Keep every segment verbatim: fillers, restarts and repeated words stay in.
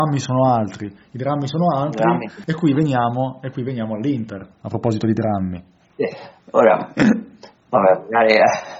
drammi sono altri, i drammi sono altri, Drammi. e qui veniamo, e qui veniamo all'Inter, a proposito di drammi. Sì. Ora, vabbè, magari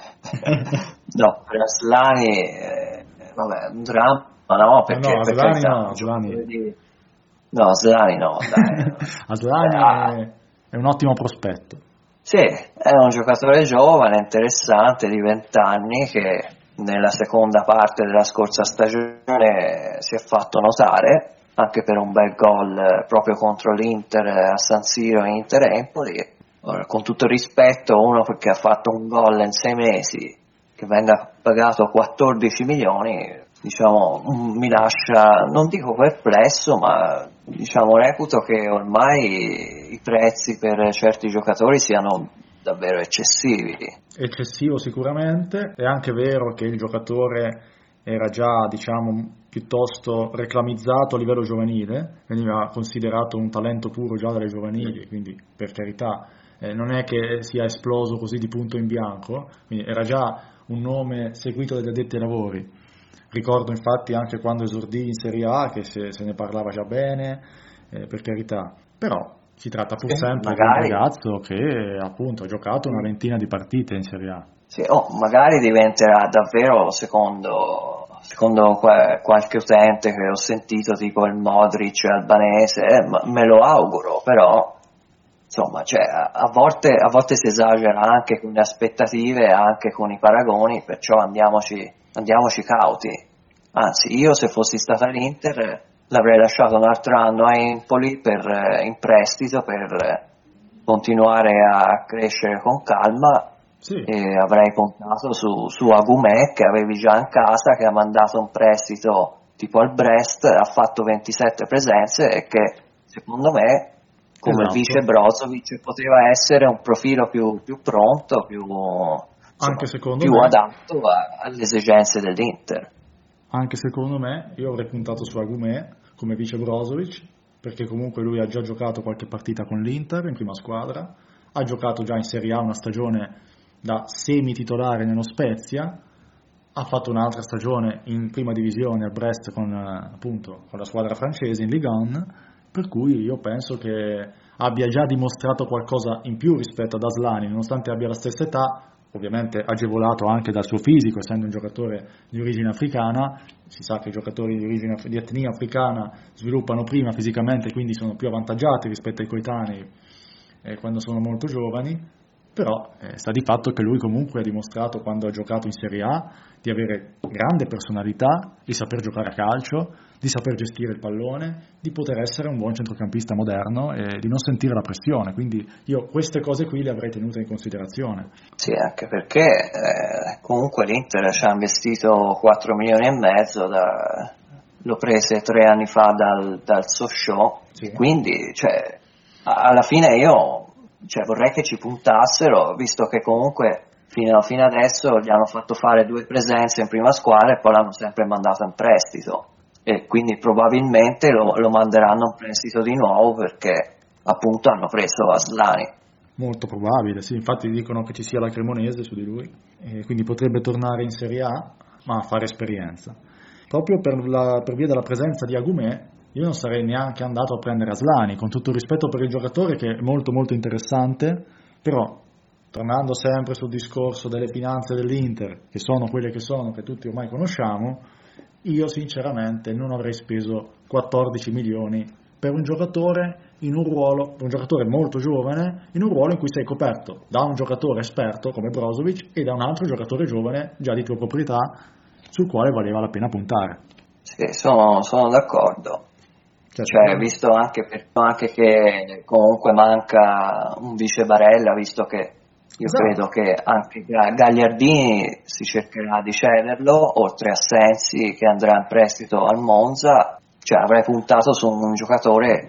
eh, no, per Aslani, eh, vabbè, un dramma, no, perché no, per Aslani carità, no, un Aslani. giocatore di- no, Aslani no, dai. Aslani Eh, ah, è, è un ottimo prospetto. sì, è un giocatore giovane, interessante, di venti anni, che nella seconda parte della scorsa stagione si è fatto notare, anche per un bel gol eh, proprio contro l'Inter eh, a San Siro in Inter-Empoli. Ora, con tutto il rispetto, uno che ha fatto un gol in sei mesi, che venga pagato quattordici milioni, diciamo, mm, mi lascia, non dico perplesso, ma diciamo reputo che ormai i prezzi per certi giocatori siano davvero eccessivi. Eccessivo sicuramente, è anche vero che il giocatore era già, diciamo, piuttosto reclamizzato a livello giovanile, veniva considerato un talento puro già dalle giovanili, quindi per carità eh, non è che sia esploso così di punto in bianco, quindi era già un nome seguito dagli addetti ai lavori. Ricordo infatti anche quando esordì in Serie A che se, se ne parlava già bene, eh, per carità, però si tratta pur Sì, sempre di un magari, ragazzo che appunto ha giocato una ventina di partite in Serie A. sì, oh, magari diventerà davvero, secondo, secondo que- qualche utente che ho sentito, tipo il Modric albanese, eh, ma- me lo auguro, però insomma, cioè, a, a volte, a volte si esagera anche con le aspettative, anche con i paragoni, perciò andiamoci, andiamoci cauti. Anzi, io se fossi stata all'Inter l'avrei lasciato un altro anno a Empoli per, eh, in prestito per eh, continuare a crescere con calma, Sì, e avrei puntato su, su Agumè, che avevi già in casa, che ha mandato un prestito tipo al Brest, ha fatto ventisette presenze e che secondo me come vice esatto. Brozovic poteva essere un profilo più, più pronto, più, Anche insomma, secondo più me, adatto a- alle esigenze dell'Inter. anche secondo me, io avrei puntato su Agumè come vice Brozovic, perché comunque lui ha già giocato qualche partita con l'Inter in prima squadra, ha giocato già in Serie A una stagione da semi-titolare nello Spezia, ha fatto un'altra stagione in prima divisione a Brest con, eh, appunto, con la squadra francese in Ligue uno, per cui io penso che abbia già dimostrato qualcosa in più rispetto ad Aslani, nonostante abbia la stessa età, ovviamente agevolato anche dal suo fisico, essendo un giocatore di origine africana. Si sa che i giocatori di, origine, di etnia africana sviluppano prima fisicamente, quindi sono più avvantaggiati rispetto ai coetanei eh, quando sono molto giovani. Però eh, sta di fatto che lui comunque ha dimostrato, quando ha giocato in Serie A, di avere grande personalità, di saper giocare a calcio, di saper gestire il pallone, di poter essere un buon centrocampista moderno e di non sentire la pressione. Quindi io queste cose qui le avrei tenute in considerazione. Sì, anche perché eh, comunque l'Inter ci ha investito quattro milioni e mezzo, da, l'ho prese tre anni fa dal, dal Sochaux, Sì. quindi cioè, a- alla fine io cioè, vorrei che ci puntassero, visto che comunque fino, fino adesso gli hanno fatto fare due presenze in prima squadra e poi l'hanno sempre mandato in prestito, e quindi probabilmente lo, lo manderanno in prestito di nuovo perché appunto hanno preso Aslani. Molto probabile, sì, infatti dicono che ci sia la Cremonese su di lui, e quindi potrebbe tornare in Serie A, ma a fare esperienza. Proprio per, la, per via della presenza di Agumè, io non sarei neanche andato a prendere Aslani, con tutto il rispetto per il giocatore che è molto molto interessante, però tornando sempre sul discorso delle finanze dell'Inter, che sono quelle che sono, che tutti ormai conosciamo, io sinceramente non avrei speso quattordici milioni per un giocatore in un ruolo, un giocatore molto giovane, in un ruolo in cui sei coperto da un giocatore esperto come Brozovic e da un altro giocatore giovane già di tua proprietà sul quale valeva la pena puntare. Sì, sono, sono d'accordo. Cioè, Cioè, visto anche, per, anche che comunque manca un vice Barella, visto che io esatto. credo che anche Ga- Gagliardini si cercherà di cederlo, oltre a Sensi che andrà in prestito al Monza, cioè avrei puntato su un giocatore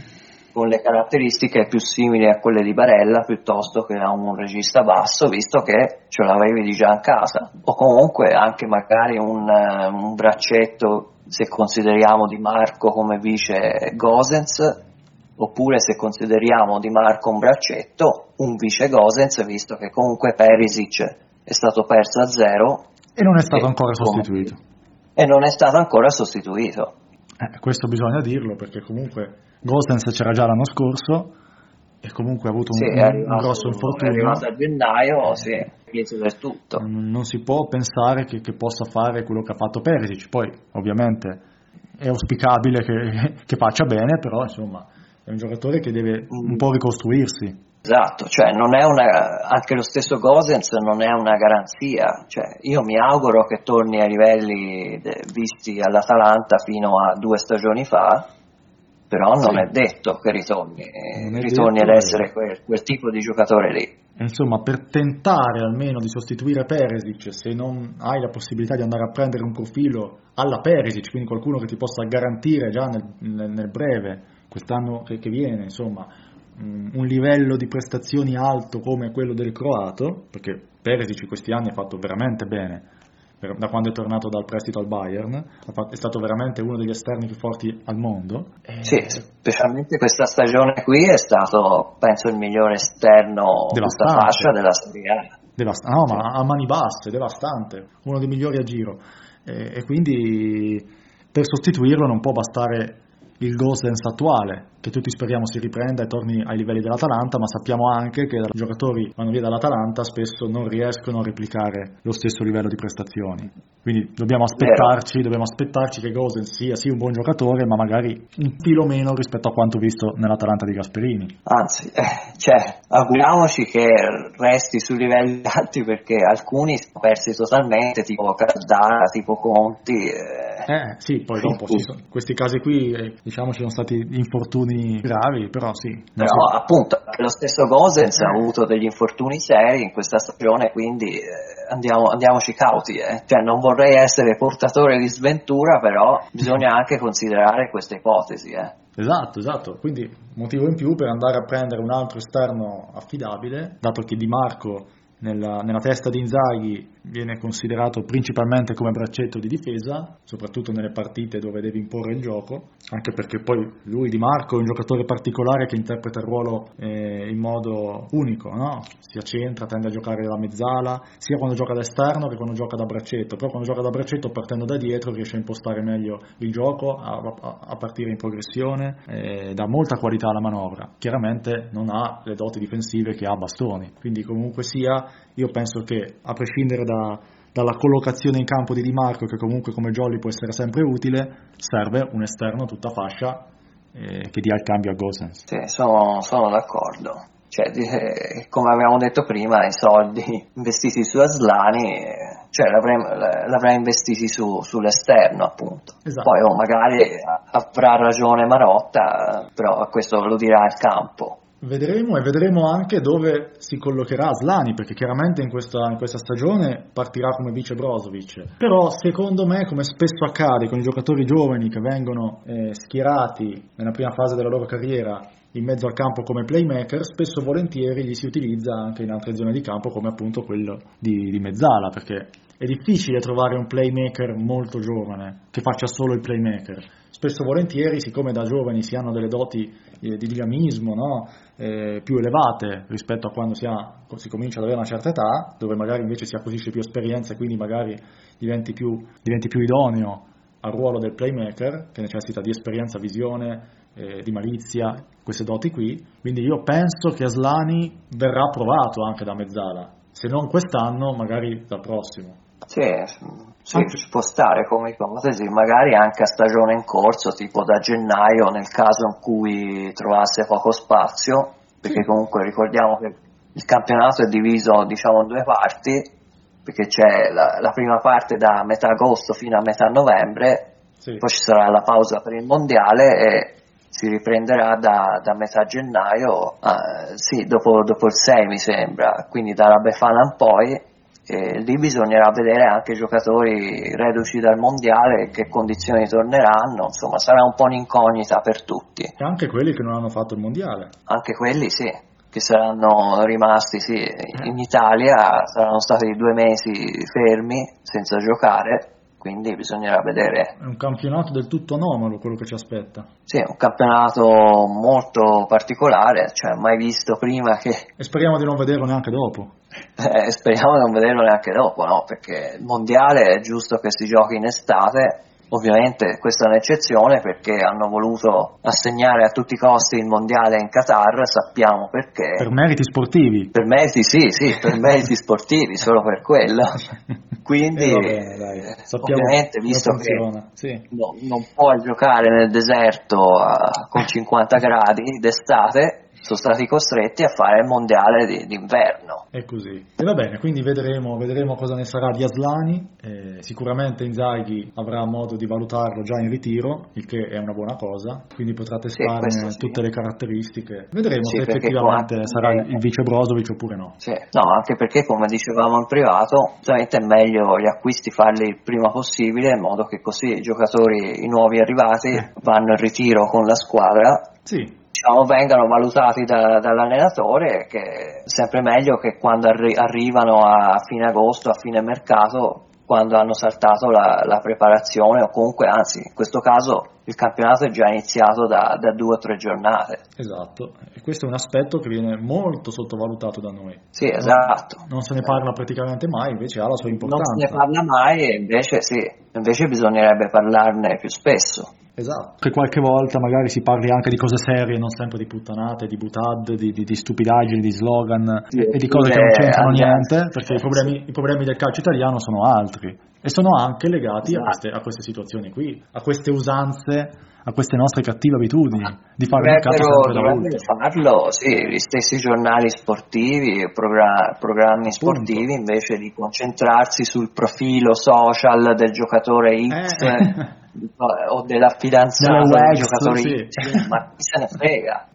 con le caratteristiche più simili a quelle di Barella piuttosto che a un regista basso, visto che ce l'avevi di già in casa, o comunque anche magari un, eh, un braccetto, se consideriamo Di Marco come vice Gosens, oppure se consideriamo Di Marco un braccetto, un vice Gosens, visto che comunque Perisic è stato perso a zero E non è stato e, ancora come- sostituito. e non è stato ancora sostituito. Eh, questo bisogna dirlo, perché comunque Gosens c'era già l'anno scorso e comunque ha avuto un, Sì, è un, un arrivato, grosso è infortunio. arrivato a gennaio, sì, inizio del tutto. Non, non si può pensare che, che possa fare quello che ha fatto Perisic. Poi ovviamente è auspicabile che, che faccia bene, però insomma è un giocatore che deve un po' ricostruirsi. Esatto, cioè non è una, anche lo stesso Gosens non è una garanzia, cioè io mi auguro che torni ai livelli de, visti all'Atalanta fino a due stagioni fa, però non Sì. è detto che ritorni, è ritorni detto ad essere e... quel, quel tipo di giocatore lì. Insomma, per tentare almeno di sostituire Perisic, se non hai la possibilità di andare a prendere un profilo alla Perisic, quindi qualcuno che ti possa garantire già nel, nel, nel breve, quest'anno che, che viene, insomma, un livello di prestazioni alto come quello del croato, perché Perisic in questi anni ha fatto veramente bene, da quando è tornato dal prestito al Bayern, è stato veramente uno degli esterni più forti al mondo. E... Sì, specialmente questa stagione qui è stato, penso, il migliore esterno questa fascia della Serie A. Devast- no, sì. Ma a mani basse, devastante, uno dei migliori a giro. E, e quindi per sostituirlo non può bastare il Gosens attuale, che tutti speriamo si riprenda e torni ai livelli dell'Atalanta, ma sappiamo anche che i giocatori vanno via dall'Atalanta spesso non riescono a replicare lo stesso livello di prestazioni. Quindi dobbiamo aspettarci, dobbiamo aspettarci che Gosens sia sì un buon giocatore, ma magari un filo meno rispetto a quanto visto nell'Atalanta di Gasperini. Anzi, eh, cioè, auguriamoci che resti su livelli alti, perché alcuni sono persi totalmente, tipo Cardano, tipo Conti. Eh, eh sì, poi dopo sì, questi casi qui, eh, diciamo, ci sono stati infortuni gravi, però sì. Però si... appunto lo stesso Gosens eh. ha avuto degli infortuni seri in questa stagione, quindi eh, andiamo, andiamoci cauti, eh. Cioè, non vorrei essere portatore di sventura, però bisogna anche considerare questa ipotesi. Eh. Esatto, esatto, quindi motivo in più per andare a prendere un altro esterno affidabile, dato che Di Marco nella, nella testa di Inzaghi viene considerato principalmente come braccetto di difesa, soprattutto nelle partite dove deve imporre il gioco, anche perché poi lui, Di Marco, è un giocatore particolare che interpreta il ruolo eh, in modo unico, no? Si accentra, tende a giocare dalla mezzala, sia quando gioca da esterno che quando gioca da braccetto, però quando gioca da braccetto partendo da dietro riesce a impostare meglio il gioco, a, a, a partire in progressione, eh, dà molta qualità alla manovra. Chiaramente non ha le doti difensive che ha Bastoni, quindi comunque sia, io penso che a prescindere da, dalla collocazione in campo di Di Marco, che comunque come jolly può essere sempre utile, serve un esterno tutta fascia eh, che dia il cambio a Gosens. Sì, sono, sono d'accordo. Cioè, eh, come avevamo detto prima, i soldi investiti su Aslani, eh, cioè l'avrei, l'avrei investiti su, sull'esterno, appunto. Esatto. Poi oh, magari avrà ragione Marotta, però questo lo dirà il campo. Vedremo, e vedremo anche dove si collocherà Aslani, perché chiaramente in questa, in questa stagione partirà come vice Brozovic, però secondo me, come spesso accade con i giocatori giovani che vengono eh, schierati nella prima fase della loro carriera in mezzo al campo come playmaker, spesso e volentieri li si utilizza anche in altre zone di campo, come appunto quello di, di mezzala, perché è difficile trovare un playmaker molto giovane che faccia solo il playmaker. Spesso e volentieri, siccome da giovani si hanno delle doti eh, di dinamismo, no? eh, più elevate rispetto a quando si, ha, si comincia ad avere una certa età, dove magari invece si acquisisce più esperienza e quindi magari diventi più, diventi più idoneo al ruolo del playmaker, che necessita di esperienza, visione, eh, di malizia, queste doti qui. Quindi io penso che Aslani verrà provato anche da mezzala, se non quest'anno, magari dal prossimo. Sì, sì, ci può stare come ipotesi, magari anche a stagione in corso, tipo da gennaio, nel caso in cui trovasse poco spazio, perché sì. Comunque ricordiamo che il campionato è diviso, diciamo, in due parti, perché c'è la, la prima parte da metà agosto fino a metà novembre, sì. Poi ci sarà la pausa per il mondiale e si riprenderà da, da metà gennaio, eh, sì, dopo, dopo il sei mi sembra, quindi dalla Befana in poi. E lì bisognerà vedere anche i giocatori reduci dal mondiale, che condizioni torneranno, insomma sarà un po' un'incognita per tutti. E anche quelli che non hanno fatto il mondiale. Anche quelli sì, che saranno rimasti sì, in Italia, saranno stati due mesi fermi senza giocare, quindi bisognerà vedere. È un campionato del tutto anomalo quello che ci aspetta. Sì, un campionato molto particolare, cioè mai visto prima che... E speriamo di non vederlo neanche dopo. Eh, speriamo di non vederlo neanche dopo, no? Perché il mondiale è giusto che si giochi in estate Ovviamente questa è un'eccezione perché hanno voluto assegnare a tutti i costi il mondiale in Qatar, sappiamo perché. Per meriti sportivi. Per meriti sì, sì, per meriti sportivi, solo per quello. Quindi, eh, bene, dai. Sappiamo ovviamente, visto che sì. no, non puoi giocare nel deserto a, con cinquanta gradi d'estate, sono stati costretti a fare il mondiale di, d'inverno. È così. E va bene, quindi vedremo, vedremo cosa ne sarà di Aslani. Eh, sicuramente Inzaghi avrà modo di valutarlo già in ritiro, il che è una buona cosa, quindi potrà testarne sì, sì. tutte le caratteristiche. Vedremo sì, se effettivamente qua... sarà il vice Brozovic oppure no. Sì. No, anche perché, come dicevamo in privato, ovviamente è meglio gli acquisti farli il prima possibile, in modo che così i giocatori, i nuovi arrivati, eh. vanno in ritiro con la squadra. Sì. Diciamo, vengano valutati da, dall'allenatore, che è sempre meglio che quando arri- arrivano a fine agosto, a fine mercato, quando hanno saltato la, la preparazione, o comunque, anzi, in questo caso il campionato è già iniziato da, da due o tre giornate. Esatto, e questo è un aspetto che viene molto sottovalutato da noi. Sì, esatto. Non, non se ne parla praticamente mai, invece ha la sua importanza. Non se ne parla mai e invece sì, invece bisognerebbe parlarne più spesso. Esatto, che qualche volta magari si parli anche di cose serie, non sempre di puttanate, di butad, di, di, di stupidaggini, di slogan sì, e di cose che non c'entrano niente, perché i problemi, i problemi del calcio italiano sono altri e sono anche legati esatto. a, queste, a queste situazioni qui, a queste usanze, a queste nostre cattive abitudini di fare il mercato sempre da ultimo. Farlo, sì, gli stessi giornali sportivi, progra- programmi sportivi, Punto. Invece di concentrarsi sul profilo social del giocatore X eh. o della fidanzata del giocatore sì. X, ma chi se ne frega.